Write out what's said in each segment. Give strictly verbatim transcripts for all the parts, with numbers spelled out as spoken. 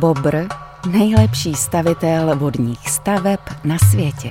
Bobr, nejlepší stavitel vodních staveb na světě.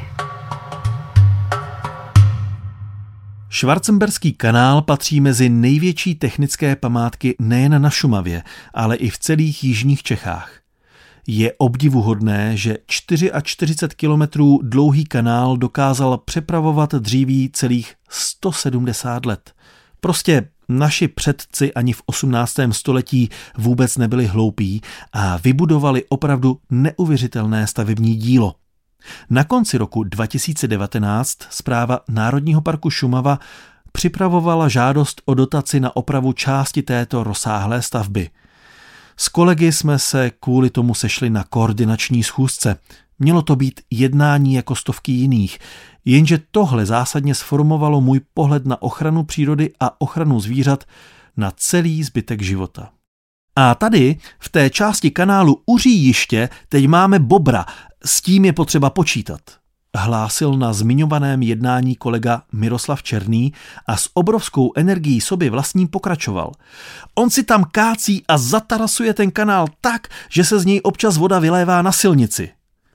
Schwarzenberský kanál patří mezi největší technické památky nejen na Šumavě, ale i v celých jižních Čechách. Je obdivuhodné, že čtyřicet čtyři kilometrů dlouhý kanál dokázal přepravovat dříví celých sto sedmdesát let. Prostě naši předci ani v osmnáctém století vůbec nebyli hloupí a vybudovali opravdu neuvěřitelné stavební dílo. Na konci roku dva tisíce devatenáct správa Národního parku Šumava připravovala žádost o dotaci na opravu části této rozsáhlé stavby. S kolegy jsme se kvůli tomu sešli na koordinační schůzce. Mělo to být jednání jako stovky jiných, jenže tohle zásadně sformovalo můj pohled na ochranu přírody a ochranu zvířat na celý zbytek života. A tady, v té části kanálu u Říjiště, teď máme bobra, s tím je potřeba počítat, hlásil na zmiňovaném jednání kolega Miroslav Černý a s obrovskou energií sobě vlastní pokračoval. On si tam kácí a zatarasuje ten kanál tak, že se z něj občas voda vylévá na silnici.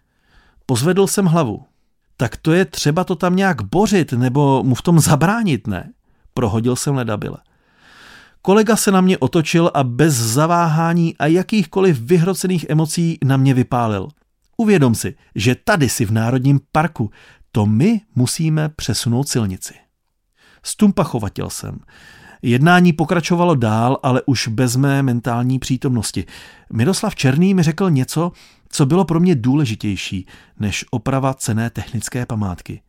Pozvedl jsem hlavu. Tak to je třeba to tam nějak bořit nebo mu v tom zabránit, ne? Prohodil jsem ledabyle. Kolega se na mě otočil a bez zaváhání a jakýchkoliv vyhrocených emocí na mě vypálil. Uvědom si, že tady si v Národním parku, to my musíme přesunout silnici. Stumpachovatěl jsem. Jednání pokračovalo dál, ale už bez mé mentální přítomnosti. Miroslav Černý mi řekl něco, co bylo pro mě důležitější než oprava cenné technické památky.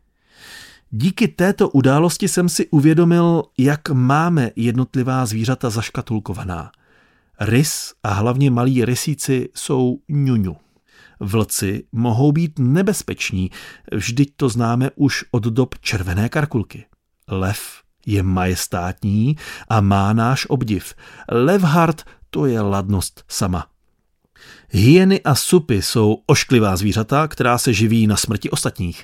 Díky této události jsem si uvědomil, jak máme jednotlivá zvířata zaškatulkovaná. Rys a hlavně malí rysíci jsou ňuňu. Vlci mohou být nebezpeční, vždyť to známe už od dob červené karkulky. Lev je majestátní a má náš obdiv. Levhart to je ladnost sama. Hyeny a supy jsou ošklivá zvířata, která se živí na smrti ostatních.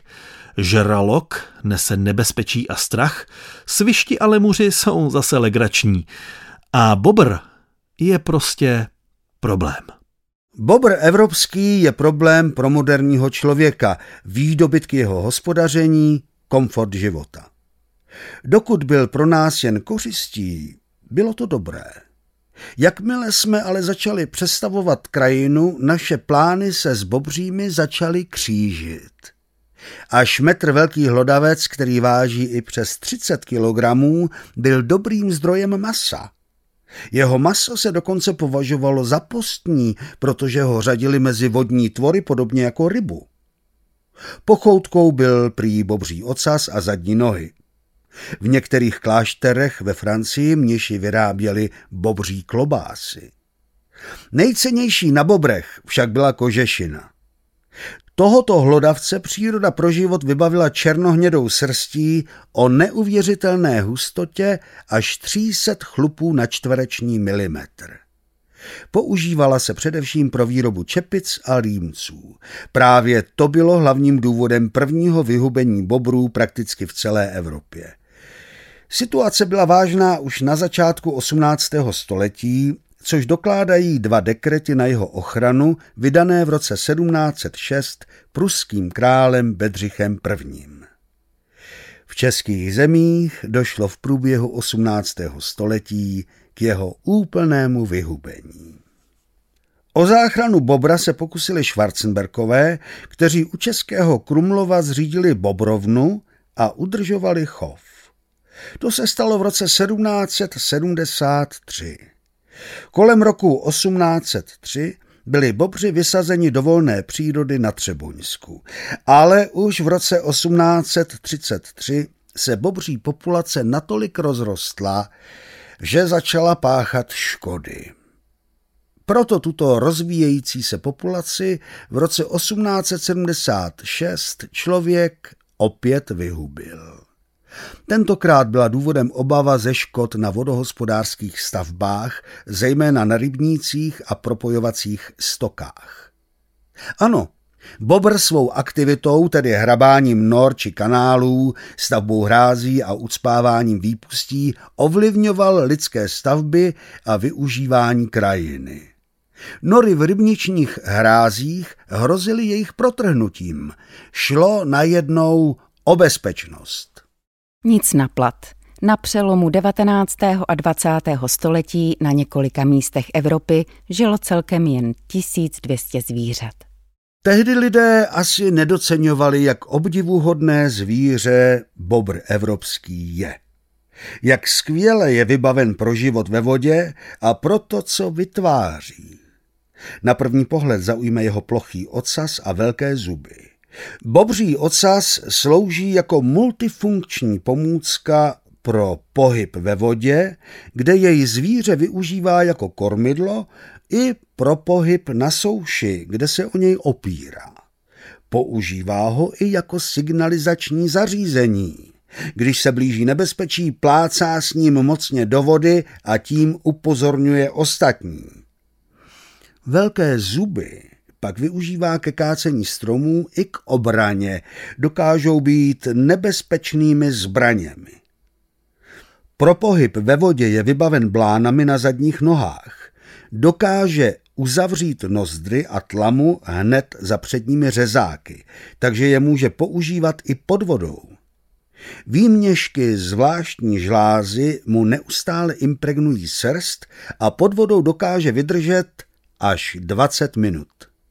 Žralok nese nebezpečí a strach, svišti a lemuři jsou zase legrační. A bobr je prostě problém. Bobr evropský je problém pro moderního člověka, výdobytky jeho hospodaření, komfort života. Dokud byl pro nás jen kořistí, bylo to dobré. Jakmile jsme ale začali přestavovat krajinu, naše plány se s bobřími začaly křížit. Až metr velký hlodavec, který váží i přes třicet kilogramů, byl dobrým zdrojem masa. Jeho maso se dokonce považovalo za postní, protože ho řadili mezi vodní tvory podobně jako rybu. Pochoutkou byl prý bobří ocas a zadní nohy. V některých klášterech ve Francii mniši vyráběli bobří klobásy. Nejcennější na bobrech však byla kožešina. Tohoto hlodavce příroda pro život vybavila černohnědou srstí o neuvěřitelné hustotě až tři sta chlupů na čtvereční milimetr. Používala se především pro výrobu čepic a límců. Právě to bylo hlavním důvodem prvního vyhubení bobrů prakticky v celé Evropě. Situace byla vážná už na začátku osmnáctého století, což dokládají dva dekrety na jeho ochranu, vydané v roce sedmnáct set šest pruským králem Bedřichem prvním. V českých zemích došlo v průběhu osmnáctého století k jeho úplnému vyhubení. O záchranu bobra se pokusili Schwarzenberkové, kteří u Českého Krumlova zřídili bobrovnu a udržovali chov. To se stalo v roce sedmnáct set sedmdesát tři. Kolem roku osmnáct set tři byli bobři vysazeni do volné přírody na Třeboňsku, ale už v roce osmnáct set třicet tři se bobří populace natolik rozrostla, že začala páchat škody. Proto tuto rozvíjející se populaci v roce osmnáct set sedmdesát šest člověk opět vyhubil. Tentokrát byla důvodem obava ze škod na vodohospodářských stavbách, zejména na rybnících a propojovacích stokách. Ano, bobr svou aktivitou, tedy hrabáním nor či kanálů, stavbou hrází a ucpáváním výpustí, ovlivňoval lidské stavby a využívání krajiny. Nory v rybničních hrázích hrozily jejich protrhnutím. Šlo najednou o bezpečnost. Nic na plat. Na přelomu devatenáctého a dvacátého století na několika místech Evropy žilo celkem jen tisíc dvě stě zvířat. Tehdy lidé asi nedoceňovali, jak obdivuhodné zvíře bobr evropský je. Jak skvěle je vybaven pro život ve vodě a pro to, co vytváří. Na první pohled zaujme jeho plochý ocas a velké zuby. Bobří ocas slouží jako multifunkční pomůcka pro pohyb ve vodě, kde jej zvíře využívá jako kormidlo, i pro pohyb na souši, kde se o něj opírá. Používá ho i jako signalizační zařízení. Když se blíží nebezpečí, plácá s ním mocně do vody a tím upozorňuje ostatní. Velké zuby pak využívá ke kácení stromů i k obraně, dokážou být nebezpečnými zbraněmi. Pro pohyb ve vodě je vybaven blánami na zadních nohách. Dokáže uzavřít nozdry a tlamu hned za předními řezáky, takže je může používat i pod vodou. Výměšky zvláštní žlázy mu neustále impregnují srst a pod vodou dokáže vydržet až dvacet minut.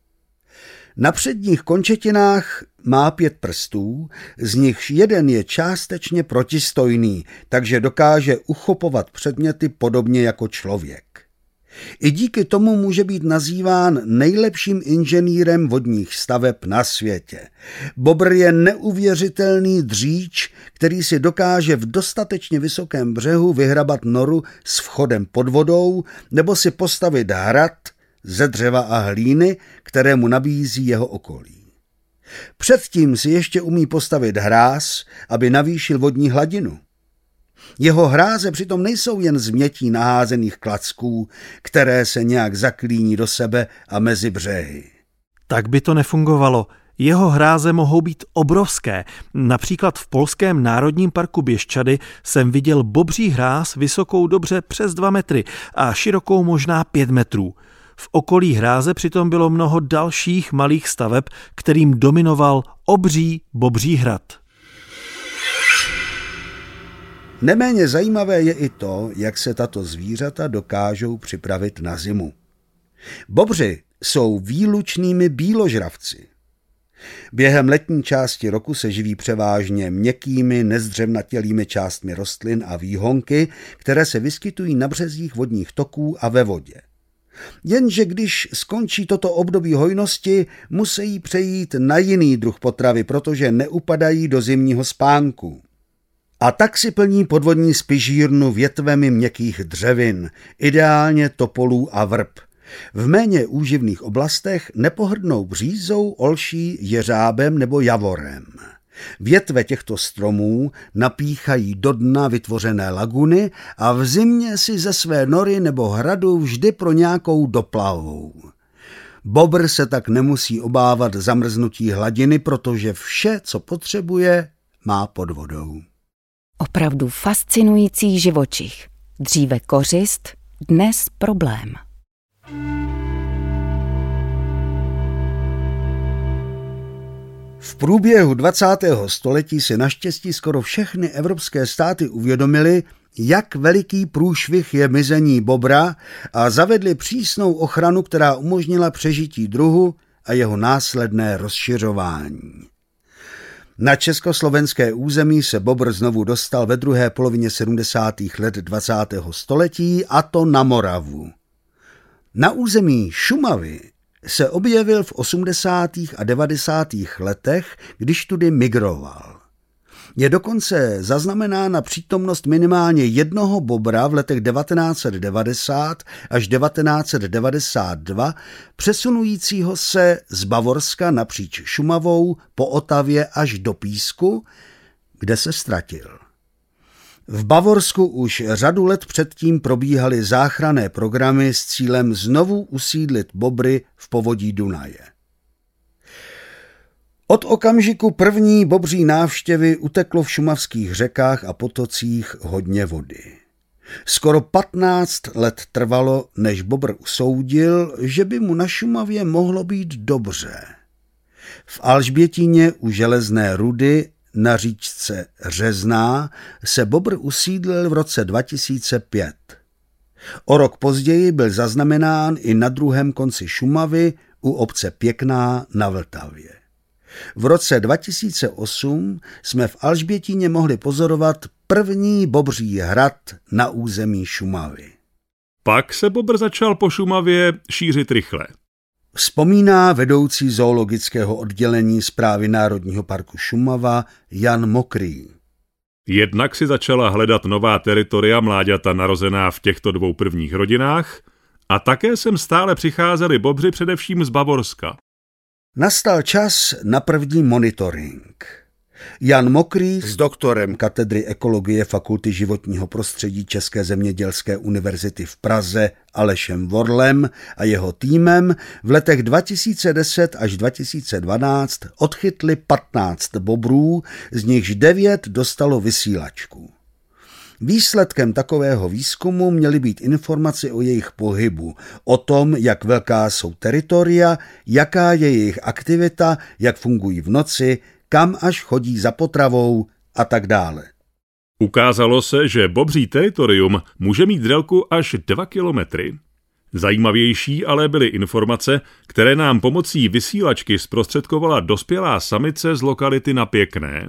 Na předních končetinách má pět prstů, z nichž jeden je částečně protistojný, takže dokáže uchopovat předměty podobně jako člověk. I díky tomu může být nazýván nejlepším inženýrem vodních staveb na světě. Bobr je neuvěřitelný dříč, který si dokáže v dostatečně vysokém břehu vyhrabat noru s vchodem pod vodou nebo si postavit hrad ze dřeva a hlíny, kterému nabízí jeho okolí. Předtím si ještě umí postavit hráz, aby navýšil vodní hladinu. Jeho hráze přitom nejsou jen změtí naházených klacků, které se nějak zaklíní do sebe a mezi břehy. Tak by to nefungovalo. Jeho hráze mohou být obrovské. Například v polském národním parku Běščady jsem viděl bobří hráz vysokou dobře přes dva metry a širokou možná pět metrů. V okolí hráze přitom bylo mnoho dalších malých staveb, kterým dominoval obří bobří hrad. Neméně zajímavé je i to, jak se tato zvířata dokážou připravit na zimu. Bobři jsou výlučnými bíložravci. Během letní části roku se živí převážně měkkými, nezdřevnatělými částmi rostlin a výhonky, které se vyskytují na březích vodních toků a ve vodě. Jenže když skončí toto období hojnosti, musí přejít na jiný druh potravy, protože neupadají do zimního spánku. A tak si plní podvodní spižírnu větvemi měkkých dřevin, ideálně topolů a vrb. V méně úživných oblastech nepohrdnou břízou, olší, jeřábem nebo javorem. Větve těchto stromů napíchají do dna vytvořené laguny a v zimě si ze své nory nebo hradu vždy pro nějakou doplavou. Bobr se tak nemusí obávat zamrznutí hladiny, protože vše, co potřebuje, má pod vodou. Opravdu fascinující živočich. Dříve kořist, dnes problém. V průběhu dvacátého století si naštěstí skoro všechny evropské státy uvědomily, jak veliký průšvih je mizení bobra a zavedli přísnou ochranu, která umožnila přežití druhu a jeho následné rozšiřování. Na československé území se bobr znovu dostal ve druhé polovině sedmdesátých let dvacátého století, a to na Moravu. Na území Šumavy se objevil v osmdesátých a devadesátých letech, když tudy migroval. Je dokonce zaznamenána přítomnost minimálně jednoho bobra v letech devatenáct set devadesát až devatenáct set devadesát dva, přesunujícího se z Bavorska napříč Šumavou po Otavě až do Písku, kde se ztratil. V Bavorsku už řadu let předtím probíhaly záchranné programy s cílem znovu usídlit bobry v povodí Dunaje. Od okamžiku první bobří návštěvy uteklo v šumavských řekách a potocích hodně vody. Skoro patnáct let trvalo, než Bobr usoudil, že by mu na Šumavě mohlo být dobře. V Alžbětíně u Železné rudy na říčce Řezná se Bobr usídlil v roce dva tisíce pět. O rok později byl zaznamenán i na druhém konci Šumavy u obce Pěkná na Vltavě. V roce dva tisíce osm jsme v Alžbětíně mohli pozorovat první bobří hrad na území Šumavy. Pak se bobr začal po Šumavě šířit rychle. Vzpomíná vedoucí zoologického oddělení Správy Národního parku Šumava Jan Mokrý. Jednak si začala hledat nová teritoria mláďata narozená v těchto dvou prvních rodinách a také sem stále přicházeli bobři především z Bavorska. Nastal čas na první monitoring. Jan Mokrý s doktorem katedry ekologie Fakulty životního prostředí České zemědělské univerzity v Praze Alešem Vorlem a jeho týmem v letech dva tisíce deset až dva tisíce dvanáct odchytli patnáct bobrů, z nichž devět dostalo vysílačku. Výsledkem takového výzkumu měly být informace o jejich pohybu, o tom, jak velká jsou teritoria, jaká je jejich aktivita, jak fungují v noci, kam až chodí za potravou a tak dále. Ukázalo se, že bobří teritorium může mít délku až dva kilometry. Zajímavější ale byly informace, které nám pomocí vysílačky zprostředkovala dospělá samice z lokality na Pěkné.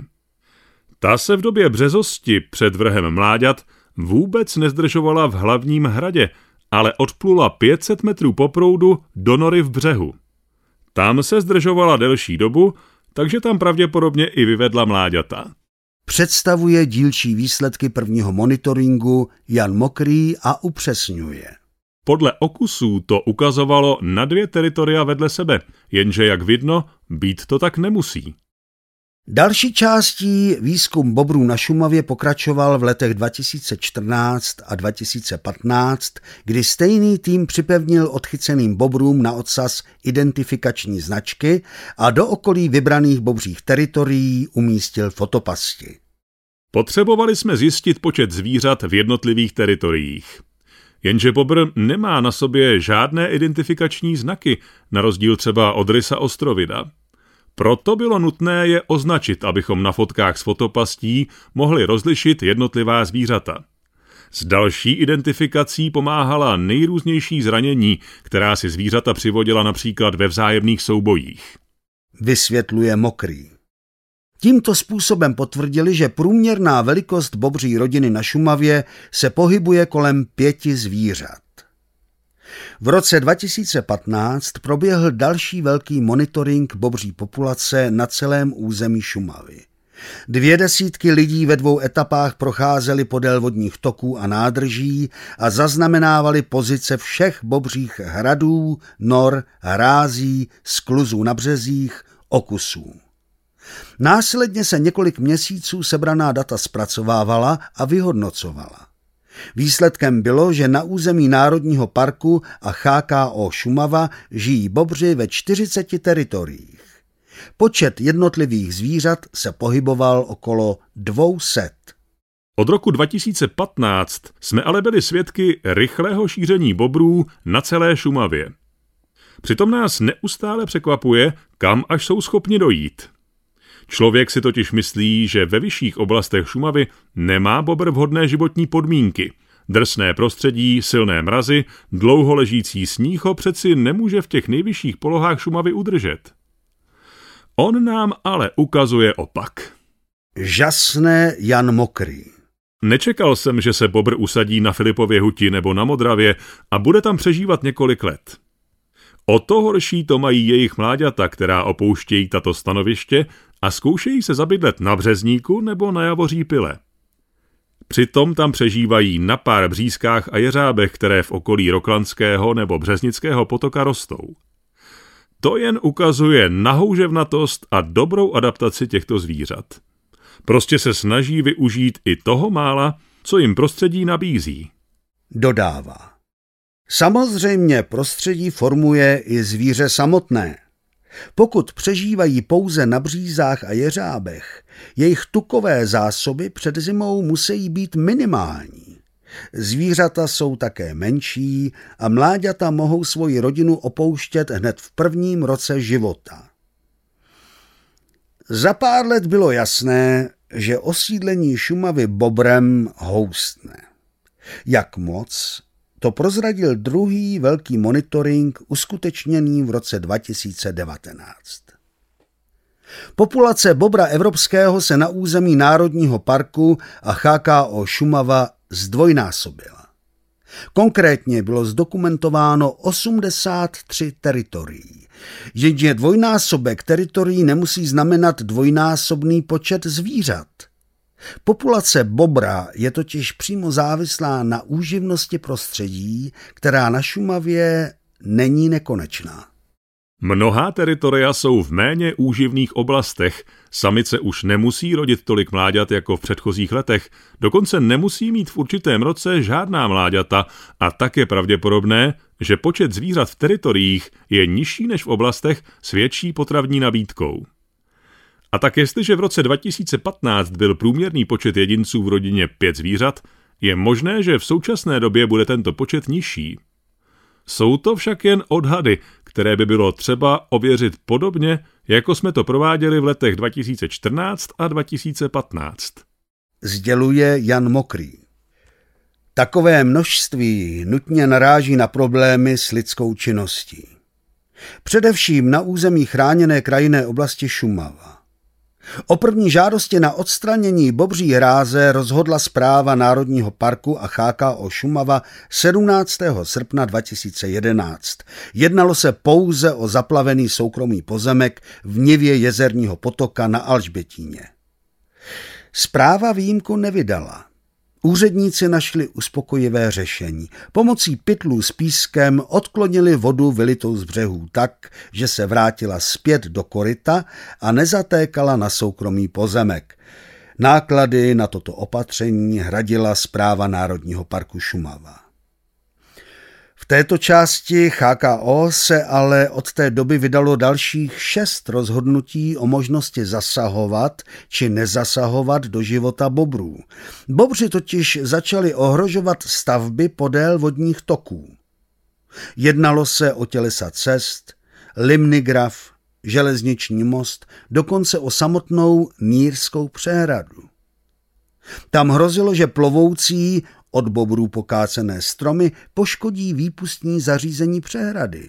Ta se v době březosti před vrhem mláďat vůbec nezdržovala v hlavním hradě, ale odplula pět set metrů po proudu do nory v břehu. Tam se zdržovala delší dobu, takže tam pravděpodobně i vyvedla mláďata. Představuje dílčí výsledky prvního monitoringu Jan Mokrý a upřesňuje. Podle okusů to ukazovalo na dvě teritoria vedle sebe, jenže jak vidno, být to tak nemusí. Další částí výzkum bobrů na Šumavě pokračoval v letech dva tisíce čtrnáct a dva tisíce patnáct, kdy stejný tým připevnil odchyceným bobrům na ocas identifikační značky a do okolí vybraných bobřích teritorií umístil fotopasti. Potřebovali jsme zjistit počet zvířat v jednotlivých teritoriích. Jenže bobr nemá na sobě žádné identifikační znaky, na rozdíl třeba od rysa ostrovida. Proto bylo nutné je označit, abychom na fotkách s fotopastí mohli rozlišit jednotlivá zvířata. S další identifikací pomáhala nejrůznější zranění, která si zvířata přivodila například ve vzájemných soubojích. Vysvětluje Mokrý. Tímto způsobem potvrdili, že průměrná velikost bobří rodiny na Šumavě se pohybuje kolem pěti zvířat. V roce dva tisíce patnáct proběhl další velký monitoring bobří populace na celém území Šumavy. Dvě desítky lidí ve dvou etapách procházeli podél vodních toků a nádrží a zaznamenávali pozice všech bobřích hradů, nor, hrází, skluzů na březích, okusů. Následně se několik měsíců sebraná data zpracovávala a vyhodnocovala. Výsledkem bylo, že na území Národního parku a H K O Šumava žijí bobři ve čtyřiceti teritoriích. Počet jednotlivých zvířat se pohyboval okolo dvou set. Od roku dva tisíce patnáct jsme ale byli svědky rychlého šíření bobrů na celé Šumavě. Přitom nás neustále překvapuje, kam až jsou schopni dojít. Člověk si totiž myslí, že ve vyšších oblastech Šumavy nemá bobr vhodné životní podmínky. Drsné prostředí, silné mrazy, dlouho ležící sníh ho přeci nemůže v těch nejvyšších polohách Šumavy udržet. On nám ale ukazuje opak. Žasne Jan Mokrý. Nečekal jsem, že se bobr usadí na Filipově huti nebo na Modravě a bude tam přežívat několik let. O to horší to mají jejich mláďata, která opouštějí tato stanoviště a zkoušejí se zabydlet na Březníku nebo na Javoří pile. Přitom tam přežívají na pár břízkách a jeřábech, které v okolí Roklanského nebo Březnického potoka rostou. To jen ukazuje nahouževnatost a dobrou adaptaci těchto zvířat. Prostě se snaží využít i toho mála, co jim prostředí nabízí. Dodává. Samozřejmě prostředí formuje i zvíře samotné. Pokud přežívají pouze na břízách a jeřábech, jejich tukové zásoby před zimou musí být minimální. Zvířata jsou také menší a mláďata mohou svoji rodinu opouštět hned v prvním roce života. Za pár let bylo jasné, že osídlení Šumavy bobrem houstne. Jak moc, to prozradil druhý velký monitoring uskutečněný v roce dva tisíce devatenáct. Populace bobra evropského se na území Národního parku a H K O Šumava zdvojnásobila. Konkrétně bylo zdokumentováno osmdesát tři teritorií. Jenže dvojnásobek teritorií nemusí znamenat dvojnásobný počet zvířat. Populace bobra je totiž přímo závislá na úživnosti prostředí, která na Šumavě není nekonečná. Mnohá teritoria jsou v méně úživných oblastech, samice už nemusí rodit tolik mláďat jako v předchozích letech, dokonce nemusí mít v určitém roce žádná mláďata a tak je pravděpodobné, že počet zvířat v teritoriích je nižší než v oblastech s větší potravní nabídkou. A tak jestliže v roce dva tisíce patnáct byl průměrný počet jedinců v rodině pět zvířat, je možné, že v současné době bude tento počet nižší. Jsou to však jen odhady, které by bylo třeba ověřit podobně, jako jsme to prováděli v letech dva tisíce čtrnáct a dva tisíce patnáct. Sděluje Jan Mokrý. Takové množství nutně naráží na problémy s lidskou činností. Především na území chráněné krajinné oblasti Šumava. O první žádosti na odstranění bobří hráze rozhodla správa Národního parku a H K O Šumava sedmnáctého srpna dva tisíce jedenáct. Jednalo se pouze o zaplavený soukromý pozemek v nivě jezerního potoka na Alžbětíně. Správa výjimku nevydala. Úředníci našli uspokojivé řešení. Pomocí pytlů s pískem odklonili vodu vylitou z břehů tak, že se vrátila zpět do koryta a nezatékala na soukromý pozemek. Náklady na toto opatření hradila správa Národního parku Šumava. V této části H K O se ale od té doby vydalo dalších šest rozhodnutí o možnosti zasahovat či nezasahovat do života bobrů. Bobři totiž začali ohrožovat stavby podél vodních toků. Jednalo se o tělesa cest, limnigraf, železniční most, dokonce o samotnou Nýrskou přehradu. Tam hrozilo, že plovoucí od bobrů pokácené stromy poškodí výpustní zařízení přehrady.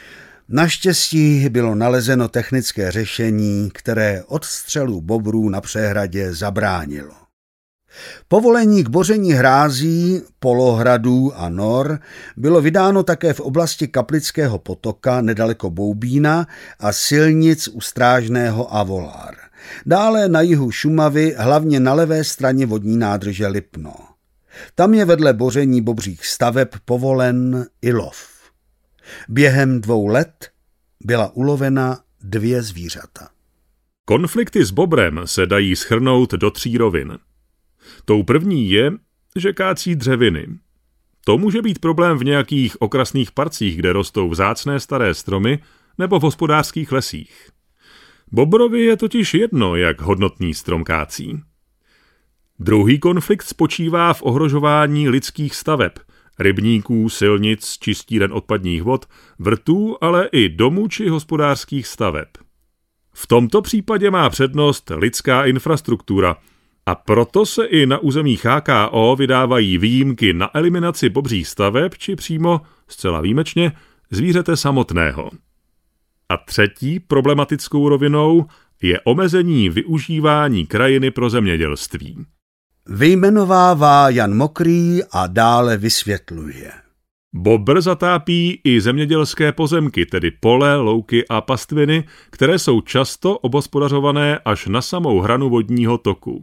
Naštěstí bylo nalezeno technické řešení, které odstřelu bobrů na přehradě zabránilo. Povolení k boření hrází, polohradů a nor bylo vydáno také v oblasti Kaplického potoka nedaleko Boubína a silnic u Strážného a Volár. Dále na jihu Šumavy, hlavně na levé straně vodní nádrže Lipno. Tam je vedle boření bobřích staveb povolen i lov. Během dvou let byla ulovena dvě zvířata. Konflikty s bobrem se dají shrnout do tří rovin. Tou první je, že kácí dřeviny. To může být problém v nějakých okrasných parcích, kde rostou vzácné staré stromy, nebo v hospodářských lesích. Bobrovi je totiž jedno, jak hodnotný strom kácí. Druhý konflikt spočívá v ohrožování lidských staveb, rybníků, silnic, čistíren odpadních vod, vrtů, ale i domů či hospodářských staveb. V tomto případě má přednost lidská infrastruktura a proto se i na území H K O vydávají výjimky na eliminaci bobřích staveb či přímo, zcela výjimečně, zvířete samotného. A třetí problematickou rovinou je omezení využívání krajiny pro zemědělství. Vyjmenovává Jan Mokrý a dále vysvětluje. Bobr zatápí i zemědělské pozemky, tedy pole, louky a pastviny, které jsou často obhospodařované až na samou hranu vodního toku.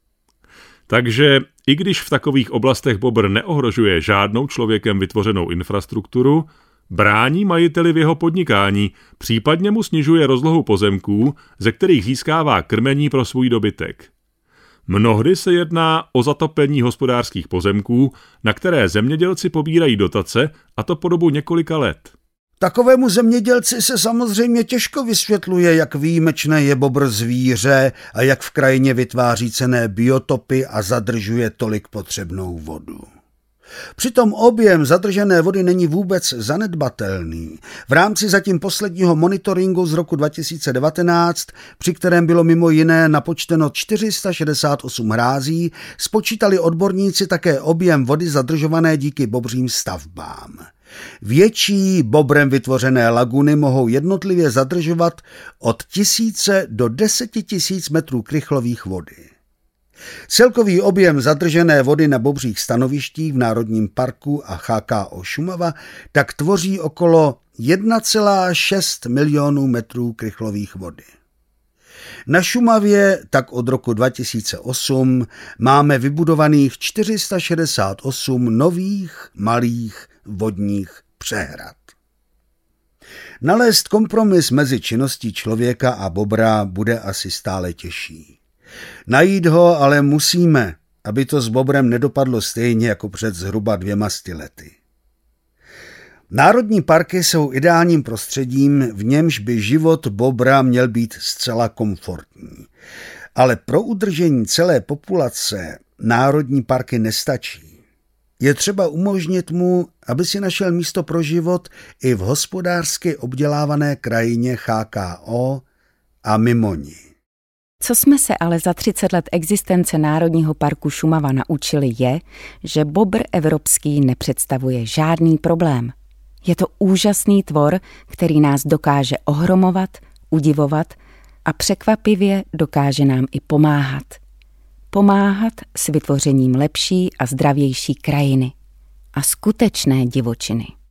Takže i když v takových oblastech bobr neohrožuje žádnou člověkem vytvořenou infrastrukturu, brání majiteli v jeho podnikání, případně mu snižuje rozlohu pozemků, ze kterých získává krmení pro svůj dobytek. Mnohdy se jedná o zatopení hospodářských pozemků, na které zemědělci pobírají dotace, a to po dobu několika let. Takovému zemědělci se samozřejmě těžko vysvětluje, jak výjimečné je bobr zvíře a jak v krajině vytváří cenné biotopy a zadržuje tolik potřebnou vodu. Přitom objem zadržené vody není vůbec zanedbatelný. V rámci zatím posledního monitoringu z roku dva tisíce devatenáct, při kterém bylo mimo jiné napočteno čtyři sta šedesát osm hrází, spočítali odborníci také objem vody zadržované díky bobřím stavbám. Větší bobrem vytvořené laguny mohou jednotlivě zadržovat od tisíce do deseti tisíc metrů krychlových vody. Celkový objem zadržené vody na bobřích stanovištích v Národním parku a H K O Šumava tak tvoří okolo jedna celá šest milionů metrů krychlových vody. Na Šumavě tak od roku dva tisíce osm máme vybudovaných čtyři sta šedesát osm nových malých vodních přehrad. Nalézt kompromis mezi činností člověka a bobra bude asi stále těžší. Najít ho ale musíme, aby to s bobrem nedopadlo stejně jako před zhruba dvěma sty lety. Národní parky jsou ideálním prostředím, v němž by život bobra měl být zcela komfortní. Ale pro udržení celé populace národní parky nestačí. Je třeba umožnit mu, aby si našel místo pro život i v hospodářsky obdělávané krajině H K O a mimo ní. Co jsme se ale za třicet let existence Národního parku Šumava naučili je, že bobr evropský nepředstavuje žádný problém. Je to úžasný tvor, který nás dokáže ohromovat, udivovat a překvapivě dokáže nám i pomáhat. Pomáhat s vytvořením lepší a zdravější krajiny a skutečné divočiny.